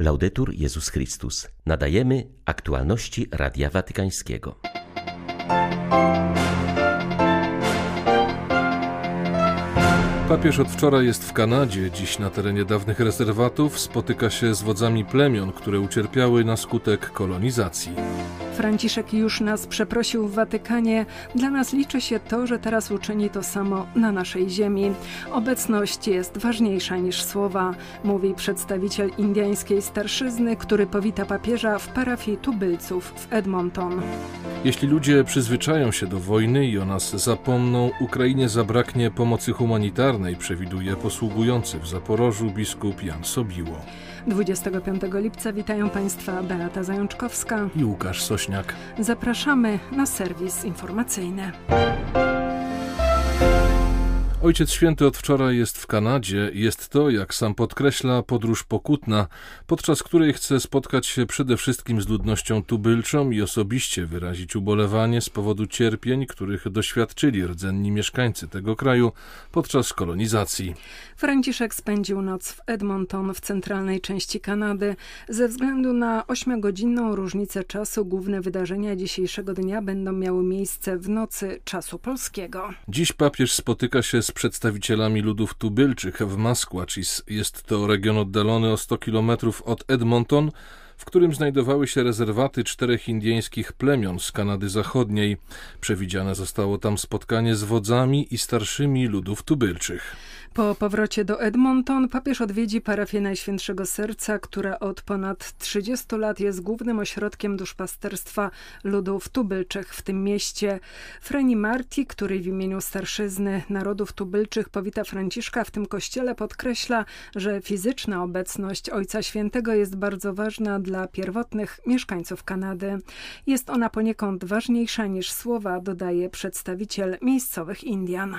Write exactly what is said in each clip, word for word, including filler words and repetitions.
Laudetur Jezus Chrystus. Nadajemy aktualności Radia Watykańskiego. Papież od wczoraj jest w Kanadzie. Dziś na terenie dawnych rezerwatów spotyka się z wodzami plemion, które ucierpiały na skutek kolonizacji. Franciszek już nas przeprosił w Watykanie. Dla nas liczy się to, że teraz uczyni to samo na naszej ziemi. Obecność jest ważniejsza niż słowa, mówi przedstawiciel indyjskiej starszyzny, który powita papieża w parafii tubylców w Edmonton. Jeśli ludzie przyzwyczają się do wojny i o nas zapomną, Ukrainie zabraknie pomocy humanitarnej, przewiduje posługujący w Zaporożu biskup Jan Sobiło. dwudziestego piątego lipca witają Państwa Beata Zajączkowska i Łukasz Sośniak. Zapraszamy na serwis informacyjny. Ojciec Święty od wczoraj jest w Kanadzie. Jest to, jak sam podkreśla, podróż pokutna, podczas której chce spotkać się przede wszystkim z ludnością tubylczą i osobiście wyrazić ubolewanie z powodu cierpień, których doświadczyli rdzenni mieszkańcy tego kraju podczas kolonizacji. Franciszek spędził noc w Edmonton w centralnej części Kanady. Ze względu na ośmiogodzinną różnicę czasu główne wydarzenia dzisiejszego dnia będą miały miejsce w nocy czasu polskiego. Dziś papież spotyka się z przedstawicielami ludów tubylczych w Masquachis. Jest to region oddalony o sto kilometrów od Edmonton, w którym znajdowały się rezerwaty czterech indyjskich plemion z Kanady Zachodniej. Przewidziane zostało tam spotkanie z wodzami i starszymi ludów tubylczych. Po powrocie do Edmonton papież odwiedzi parafię Najświętszego Serca, która od ponad trzydziestu lat jest głównym ośrodkiem duszpasterstwa ludów tubylczych w tym mieście. Freni Marti, który w imieniu starszyzny narodów tubylczych powita Franciszka w tym kościele, podkreśla, że fizyczna obecność Ojca Świętego jest bardzo ważna dla pierwotnych mieszkańców Kanady. Jest ona poniekąd ważniejsza niż słowa, dodaje przedstawiciel miejscowych Indian.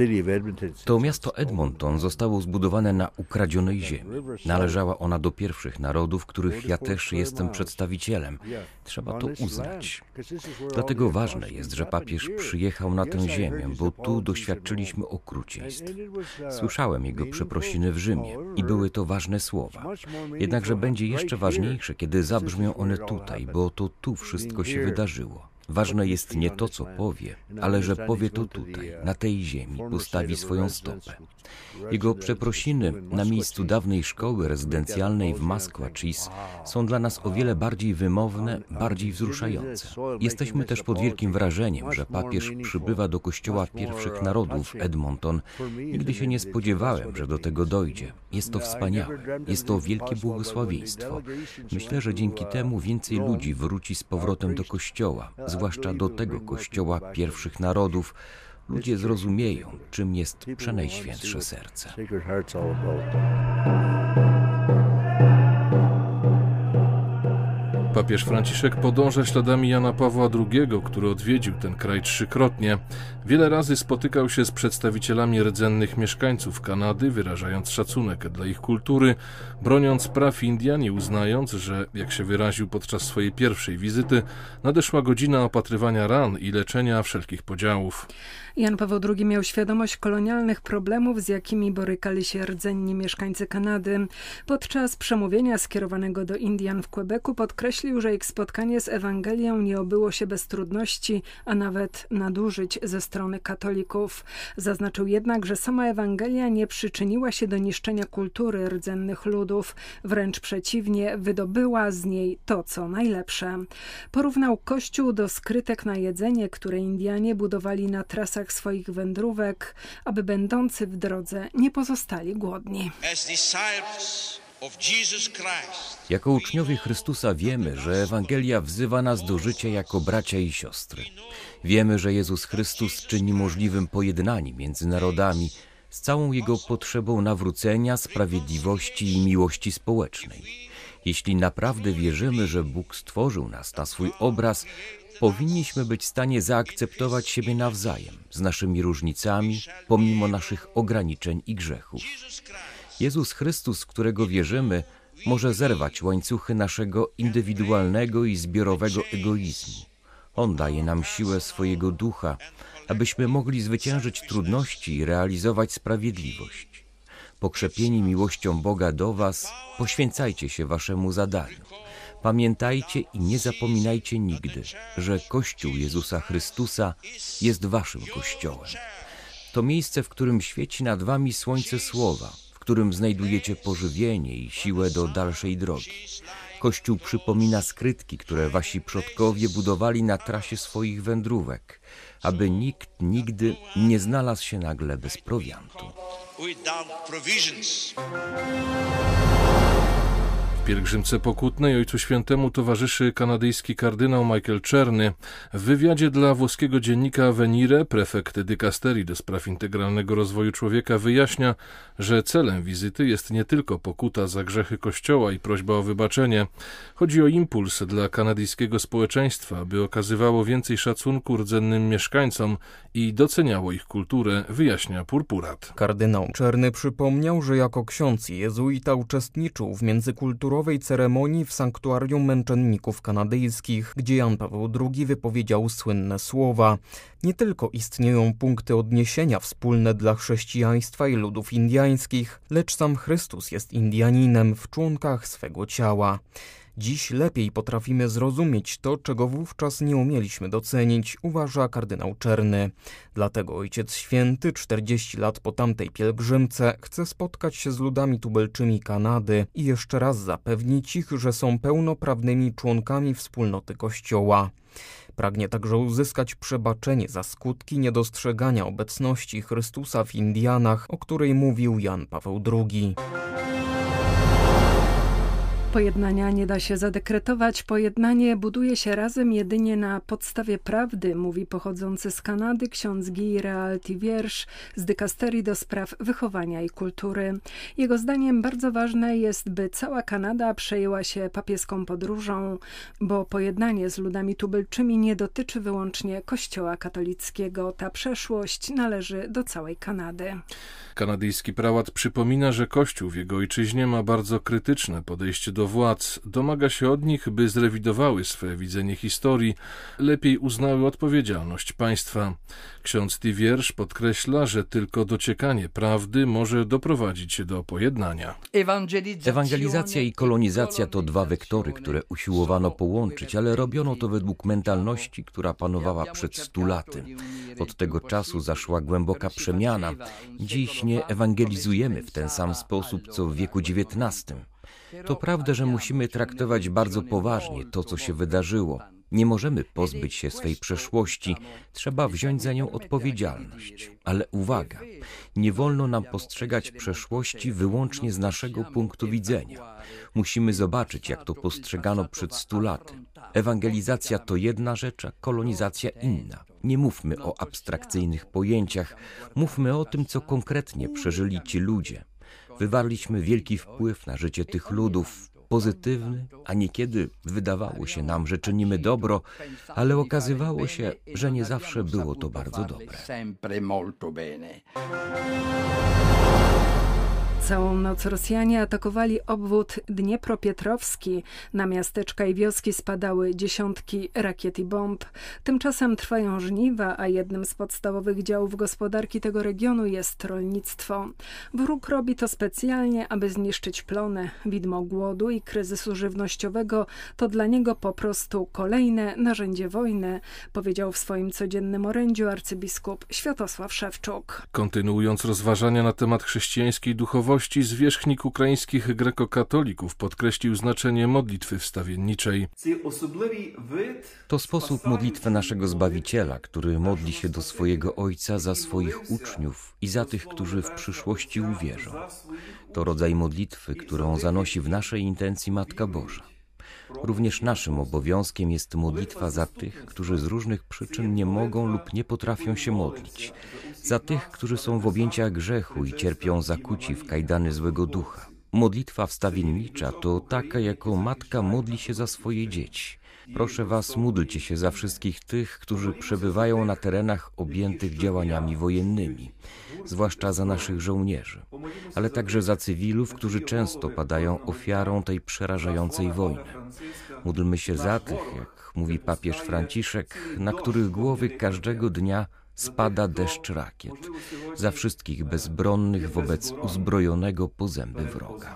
To miasto Edmonton zostało zbudowane na ukradzionej ziemi. Należała ona do pierwszych narodów, których ja też jestem przedstawicielem. Trzeba to uznać. Dlatego ważne jest, że papież przyjechał na tę ziemię, bo tu doświadczyliśmy okrucieństw. Słyszałem jego przeprosiny w Rzymie i były to ważne słowa. Jednakże będzie jeszcze ważniejsze, kiedy zabrzmią one tutaj, bo to tu wszystko się wydarzyło. Ważne jest nie to, co powie, ale że powie to tutaj, na tej ziemi, postawi swoją stopę. Jego przeprosiny na miejscu dawnej szkoły rezydencjalnej w Masquachis są dla nas o wiele bardziej wymowne, bardziej wzruszające. Jesteśmy też pod wielkim wrażeniem, że papież przybywa do kościoła pierwszych narodów Edmonton. Nigdy się nie spodziewałem, że do tego dojdzie. Jest to wspaniałe. Jest to wielkie błogosławieństwo. Myślę, że dzięki temu więcej ludzi wróci z powrotem do kościoła, zwłaszcza do tego kościoła pierwszych narodów. Ludzie zrozumieją, czym jest Przenajświętsze Serce. Papież Franciszek podąża śladami Jana Pawła drugiego, który odwiedził ten kraj trzykrotnie. Wiele razy spotykał się z przedstawicielami rdzennych mieszkańców Kanady, wyrażając szacunek dla ich kultury, broniąc praw Indian i uznając, że, jak się wyraził podczas swojej pierwszej wizyty, nadeszła godzina opatrywania ran i leczenia wszelkich podziałów. Jan Paweł drugi miał świadomość kolonialnych problemów, z jakimi borykali się rdzenni mieszkańcy Kanady. Podczas przemówienia skierowanego do Indian w Quebecu podkreślił, że ich spotkanie z Ewangelią nie obyło się bez trudności, a nawet nadużyć ze strony katolików. Zaznaczył jednak, że sama Ewangelia nie przyczyniła się do niszczenia kultury rdzennych ludów, wręcz przeciwnie, wydobyła z niej to, co najlepsze. Porównał Kościół do skrytek na jedzenie, które Indianie budowali na trasach swoich wędrówek, aby będący w drodze nie pozostali głodni. Jako uczniowie Chrystusa wiemy, że Ewangelia wzywa nas do życia jako bracia i siostry. Wiemy, że Jezus Chrystus czyni możliwym pojednanie między narodami z całą Jego potrzebą nawrócenia, sprawiedliwości i miłości społecznej. Jeśli naprawdę wierzymy, że Bóg stworzył nas na swój obraz, powinniśmy być w stanie zaakceptować siebie nawzajem, z naszymi różnicami, pomimo naszych ograniczeń i grzechów. Jezus Chrystus, w którego wierzymy, może zerwać łańcuchy naszego indywidualnego i zbiorowego egoizmu. On daje nam siłę swojego ducha, abyśmy mogli zwyciężyć trudności i realizować sprawiedliwość. Pokrzepieni miłością Boga do was, poświęcajcie się waszemu zadaniu. Pamiętajcie i nie zapominajcie nigdy, że Kościół Jezusa Chrystusa jest waszym Kościołem. To miejsce, w którym świeci nad wami słońce słowa, w którym znajdujecie pożywienie i siłę do dalszej drogi. Kościół przypomina skrytki, które wasi przodkowie budowali na trasie swoich wędrówek, aby nikt nigdy nie znalazł się nagle bez prowiantu. W pielgrzymce pokutnej Ojcu Świętemu towarzyszy kanadyjski kardynał Michael Czerny. W wywiadzie dla włoskiego dziennika Avvenire prefekt dykasterii do spraw integralnego rozwoju człowieka wyjaśnia, że celem wizyty jest nie tylko pokuta za grzechy Kościoła i prośba o wybaczenie. Chodzi o impuls dla kanadyjskiego społeczeństwa, aby okazywało więcej szacunku rdzennym mieszkańcom i doceniało ich kulturę, wyjaśnia Purpurat. Kardynał Czerny przypomniał, że jako ksiądz jezuita uczestniczył w międzykulturowej ceremonii w sanktuarium męczenników kanadyjskich, gdzie Jan Paweł drugi wypowiedział słynne słowa. Nie tylko istnieją punkty odniesienia wspólne dla chrześcijaństwa i ludów indiańskich, lecz sam Chrystus jest Indianinem w członkach swego ciała. Dziś lepiej potrafimy zrozumieć to, czego wówczas nie umieliśmy docenić, uważa kardynał Czerny. Dlatego Ojciec Święty, czterdzieści lat po tamtej pielgrzymce, chce spotkać się z ludami tubylczymi Kanady i jeszcze raz zapewnić ich, że są pełnoprawnymi członkami wspólnoty Kościoła. Pragnie także uzyskać przebaczenie za skutki niedostrzegania obecności Chrystusa w Indianach, o której mówił Jan Paweł drugi. Pojednania nie da się zadekretować. Pojednanie buduje się razem jedynie na podstawie prawdy, mówi pochodzący z Kanady ksiądz Guy Realty-Wiersz z dykasterii do spraw wychowania i kultury. Jego zdaniem bardzo ważne jest, by cała Kanada przejęła się papieską podróżą, bo pojednanie z ludami tubylczymi nie dotyczy wyłącznie Kościoła katolickiego. Ta przeszłość należy do całej Kanady. Kanadyjski prałat przypomina, że Kościół w jego ojczyźnie ma bardzo krytyczne podejście do władz. Domaga się od nich, by zrewidowały swe widzenie historii, lepiej uznały odpowiedzialność państwa. Ksiądz Wiersz podkreśla, że tylko dociekanie prawdy może doprowadzić do pojednania. Ewangelizacja i kolonizacja to dwa wektory, które usiłowano połączyć, ale robiono to według mentalności, która panowała przed stu laty. Od tego czasu zaszła głęboka przemiana. Dziś nie ewangelizujemy w ten sam sposób, co w wieku dziewiętnastym. To prawda, że musimy traktować bardzo poważnie to, co się wydarzyło. Nie możemy pozbyć się swej przeszłości, trzeba wziąć za nią odpowiedzialność. Ale uwaga, nie wolno nam postrzegać przeszłości wyłącznie z naszego punktu widzenia. Musimy zobaczyć, jak to postrzegano przed stu laty. Ewangelizacja to jedna rzecz, a kolonizacja inna. Nie mówmy o abstrakcyjnych pojęciach, mówmy o tym, co konkretnie przeżyli ci ludzie. Wywarliśmy wielki wpływ na życie tych ludów, pozytywny, a niekiedy wydawało się nam, że czynimy dobro, ale okazywało się, że nie zawsze było to bardzo dobre. Całą noc Rosjanie atakowali obwód dniepropietrowski. Na miasteczka i wioski spadały dziesiątki rakiet i bomb. Tymczasem trwają żniwa, a jednym z podstawowych działów gospodarki tego regionu jest rolnictwo. Wróg robi to specjalnie, aby zniszczyć plony. Widmo głodu i kryzysu żywnościowego to dla niego po prostu kolejne narzędzie wojny, powiedział w swoim codziennym orędziu arcybiskup Światosław Szewczuk. Kontynuując rozważania na temat chrześcijańskiej duchowości, zwierzchnik ukraińskich grekokatolików podkreślił znaczenie modlitwy wstawienniczej. To sposób modlitwy naszego Zbawiciela, który modli się do swojego Ojca za swoich uczniów i za tych, którzy w przyszłości uwierzą. To rodzaj modlitwy, którą zanosi w naszej intencji Matka Boża. Również naszym obowiązkiem jest modlitwa za tych, którzy z różnych przyczyn nie mogą lub nie potrafią się modlić. Za tych, którzy są w objęciach grzechu i cierpią zakuci w kajdany złego ducha. Modlitwa wstawiennicza to taka, jaką matka modli się za swoje dzieci. Proszę was, módlcie się za wszystkich tych, którzy przebywają na terenach objętych działaniami wojennymi, zwłaszcza za naszych żołnierzy, ale także za cywilów, którzy często padają ofiarą tej przerażającej wojny. Módlmy się za tych, jak mówi papież Franciszek, na których głowy każdego dnia Spada deszcz rakiet. Za wszystkich bezbronnych wobec uzbrojonego po zęby wroga.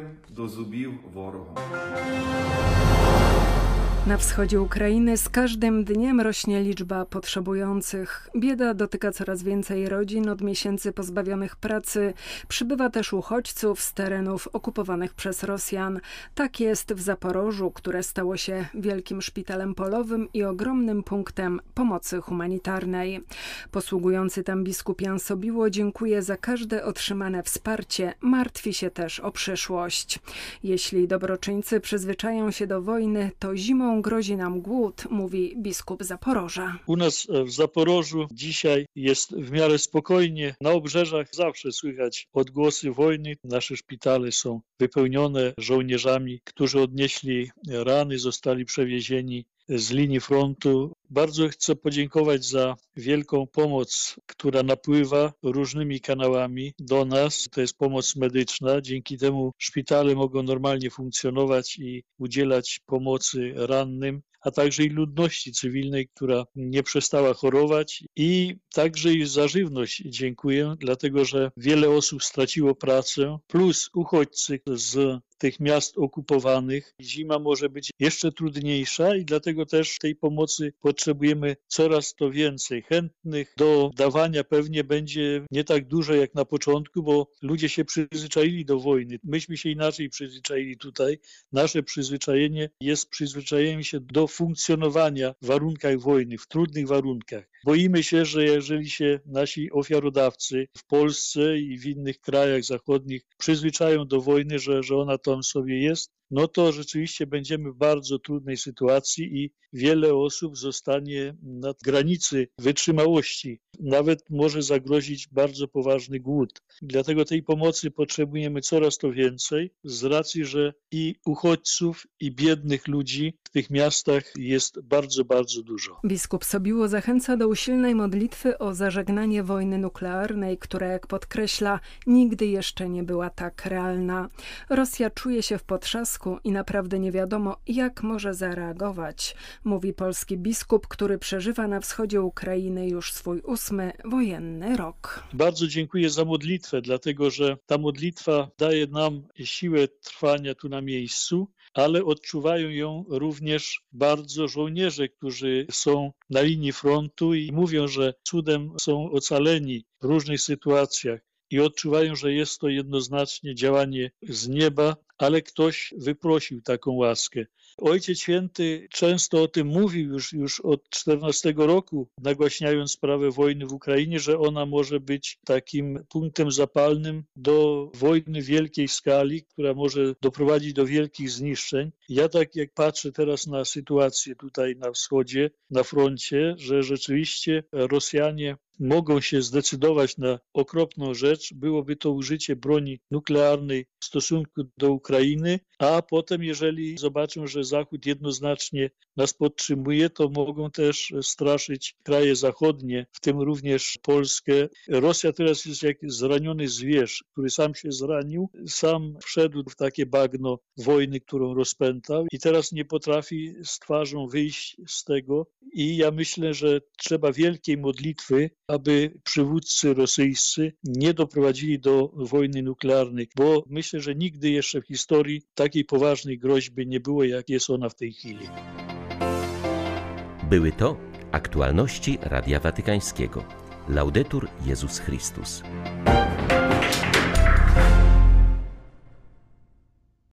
Na wschodzie Ukrainy z każdym dniem rośnie liczba potrzebujących. Bieda dotyka coraz więcej rodzin od miesięcy pozbawionych pracy. Przybywa też uchodźców z terenów okupowanych przez Rosjan. Tak jest w Zaporożu, które stało się wielkim szpitalem polowym i ogromnym punktem pomocy humanitarnej. Posługujący tam biskup Jan Sobiło dziękuję za każde otrzymane wsparcie. Martwi się też o przyszłość. Jeśli dobroczyńcy przyzwyczają się do wojny, to zimą grozi nam głód, mówi biskup Zaporoża. U nas w Zaporożu dzisiaj jest w miarę spokojnie. Na obrzeżach zawsze słychać odgłosy wojny. Nasze szpitale są wypełnione żołnierzami, którzy odnieśli rany, zostali przewiezieni z linii frontu. Bardzo chcę podziękować za wielką pomoc, która napływa różnymi kanałami do nas. To jest pomoc medyczna. Dzięki temu szpitale mogą normalnie funkcjonować i udzielać pomocy rannym, a także i ludności cywilnej, która nie przestała chorować. I także i za żywność dziękuję, dlatego że wiele osób straciło pracę, plus uchodźcy z tych miast okupowanych. Zima może być jeszcze trudniejsza i dlatego też tej pomocy potrzebujemy coraz to więcej. Chętnych do dawania pewnie będzie nie tak dużo jak na początku, bo ludzie się przyzwyczaili do wojny. Myśmy się inaczej przyzwyczaili tutaj. Nasze przyzwyczajenie jest przyzwyczajeniem się do funkcjonowania w warunkach wojny, w trudnych warunkach. Boimy się, że jeżeli się nasi ofiarodawcy w Polsce i w innych krajach zachodnich przyzwyczają do wojny, że, że ona tam sobie jest, no to rzeczywiście będziemy w bardzo trudnej sytuacji i wiele osób zostanie na granicy wytrzymałości. Nawet może zagrozić bardzo poważny głód. Dlatego tej pomocy potrzebujemy coraz to więcej, z racji, że i uchodźców, i biednych ludzi w tych miastach jest bardzo, bardzo dużo. Biskup Sobiło zachęca do usilnej modlitwy o zażegnanie wojny nuklearnej, która, jak podkreśla, nigdy jeszcze nie była tak realna. Rosja czuje się w potrzasku i naprawdę nie wiadomo, jak może zareagować, mówi polski biskup, który przeżywa na wschodzie Ukrainy już swój ósmy wojenny rok. Bardzo dziękuję za modlitwę, dlatego że ta modlitwa daje nam siłę trwania tu na miejscu, ale odczuwają ją również bardzo żołnierze, którzy są na linii frontu i mówią, że cudem są ocaleni w różnych sytuacjach i odczuwają, że jest to jednoznacznie działanie z nieba, ale ktoś wyprosił taką łaskę. Ojciec Święty często o tym mówił już, już od czternastego roku, nagłaśniając sprawę wojny w Ukrainie, że ona może być takim punktem zapalnym do wojny wielkiej skali, która może doprowadzić do wielkich zniszczeń. Ja tak jak patrzę teraz na sytuację tutaj na wschodzie, na froncie, że rzeczywiście Rosjanie mogą się zdecydować na okropną rzecz, byłoby to użycie broni nuklearnej w stosunku do Ukrainy, a potem, jeżeli zobaczą, że Zachód jednoznacznie nas podtrzymuje, to mogą też straszyć kraje zachodnie, w tym również Polskę. Rosja teraz jest jak zraniony zwierz, który sam się zranił, sam wszedł w takie bagno wojny, którą rozpętał i teraz nie potrafi z twarzą wyjść z tego. I ja myślę, że trzeba wielkiej modlitwy, aby przywódcy rosyjscy nie doprowadzili do wojny nuklearnej, bo myślę, że nigdy jeszcze w historii takiej poważnej groźby nie było, jak jest ona w tej chwili. Były to aktualności Radia Watykańskiego. Laudetur Jezus Chrystus.